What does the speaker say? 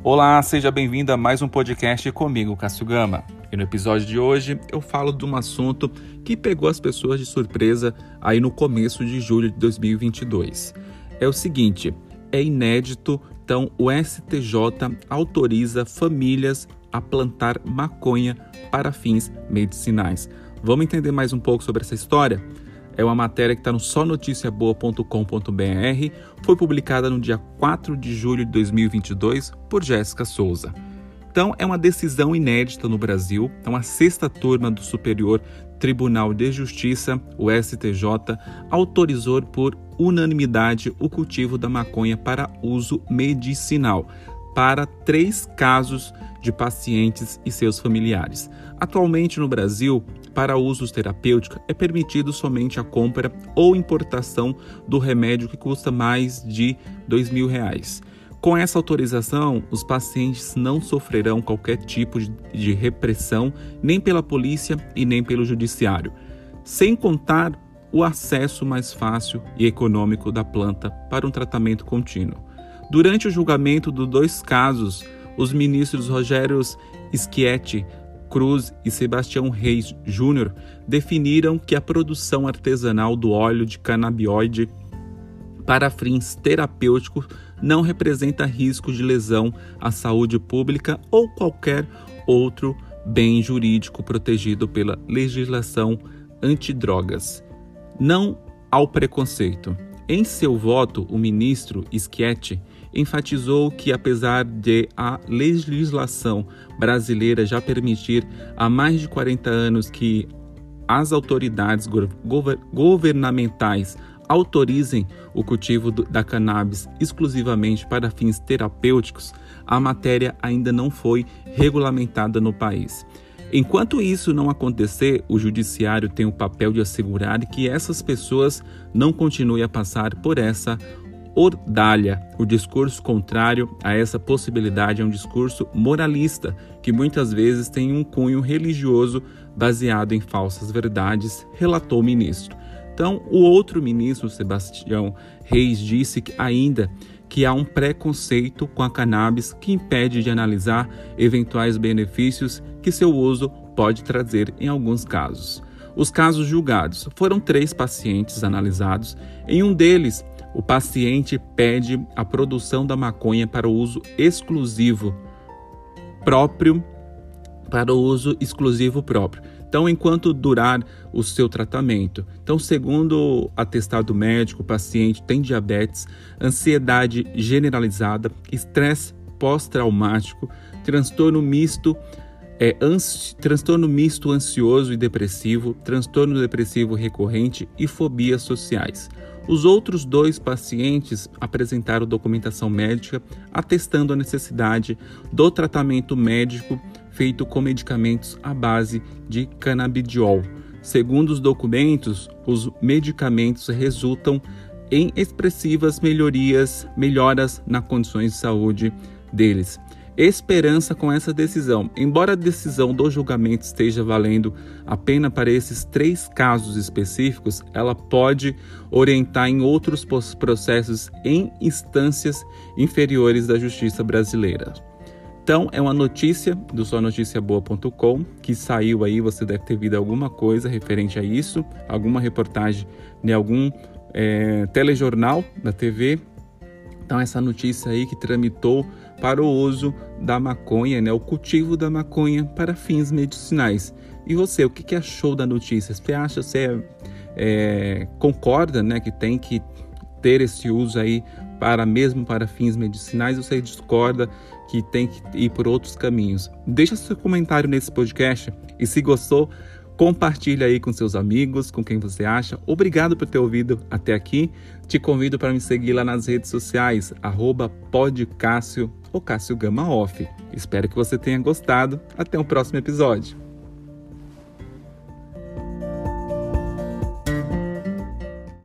Olá, seja bem-vindo a mais um podcast comigo, Cássio Gama. E no episódio de hoje eu falo de um assunto que pegou as pessoas de surpresa aí no começo de julho de 2022. É o seguinte, é inédito, então o STJ autoriza famílias a plantar maconha para fins medicinais. Vamos entender mais um pouco sobre essa história? É uma matéria que está no sonoticiaboa.com.br, foi publicada no dia 4 de julho de 2022 por Jéssica Souza. Então, é uma decisão inédita no Brasil. Então, a sexta turma do Superior Tribunal de Justiça, o STJ, autorizou por unanimidade o cultivo da maconha para uso medicinal, para 3 casos de pacientes e seus familiares. Atualmente no Brasil, para usos terapêuticos, é permitido somente a compra ou importação do remédio que custa mais de R$2.000. Com essa autorização, os pacientes não sofrerão qualquer tipo de repressão, nem pela polícia e nem pelo judiciário, sem contar o acesso mais fácil e econômico da planta para um tratamento contínuo. Durante o julgamento dos 2 casos, os ministros Rogério Schietti Cruz e Sebastião Reis Júnior definiram que a produção artesanal do óleo de canabinoide para fins terapêuticos não representa risco de lesão à saúde pública ou qualquer outro bem jurídico protegido pela legislação antidrogas. Não ao preconceito. Em seu voto, o ministro Schietti enfatizou que, apesar de a legislação brasileira já permitir há mais de 40 anos que as autoridades governamentais autorizem o cultivo da cannabis exclusivamente para fins terapêuticos, a matéria ainda não foi regulamentada no país. Enquanto isso não acontecer, o judiciário tem o papel de assegurar que essas pessoas não continuem a passar por essa ordalha. O discurso contrário a essa possibilidade é um discurso moralista, que muitas vezes tem um cunho religioso baseado em falsas verdades, relatou o ministro. Então, o outro ministro, Sebastião Reis, disse que há um preconceito com a cannabis que impede de analisar eventuais benefícios que seu uso pode trazer em alguns casos. Os casos julgados foram 3 pacientes analisados. Em um deles, o paciente pede a produção da maconha para o uso exclusivo próprio. Então, enquanto durar o seu tratamento. Então, segundo atestado médico, o paciente tem diabetes, ansiedade generalizada, estresse pós-traumático, transtorno misto ansioso e depressivo, transtorno depressivo recorrente e fobias sociais. Os outros 2 pacientes apresentaram documentação médica atestando a necessidade do tratamento médico feito com medicamentos à base de canabidiol. Segundo os documentos, os medicamentos resultam em expressivas melhoras nas condições de saúde deles. Esperança com essa decisão. Embora a decisão do julgamento esteja valendo apenas para esses 3 casos específicos, ela pode orientar em outros processos em instâncias inferiores da justiça brasileira. Então, é uma notícia do sonoticiaboa.com que saiu aí, você deve ter visto alguma coisa referente a isso, alguma reportagem de algum telejornal da TV. Então, essa notícia aí que tramitou para o uso da maconha, o cultivo da maconha para fins medicinais. E você, o que achou da notícia? Você concorda, que tem que ter esse uso aí mesmo para fins medicinais, ou você discorda que tem que ir por outros caminhos? Deixa seu comentário nesse podcast e, se gostou, compartilha aí com seus amigos, com quem você acha. Obrigado por ter ouvido até aqui. Te convido para me seguir lá nas redes sociais, @podcássio ou Cássio Gama Off. Espero que você tenha gostado. Até o próximo episódio.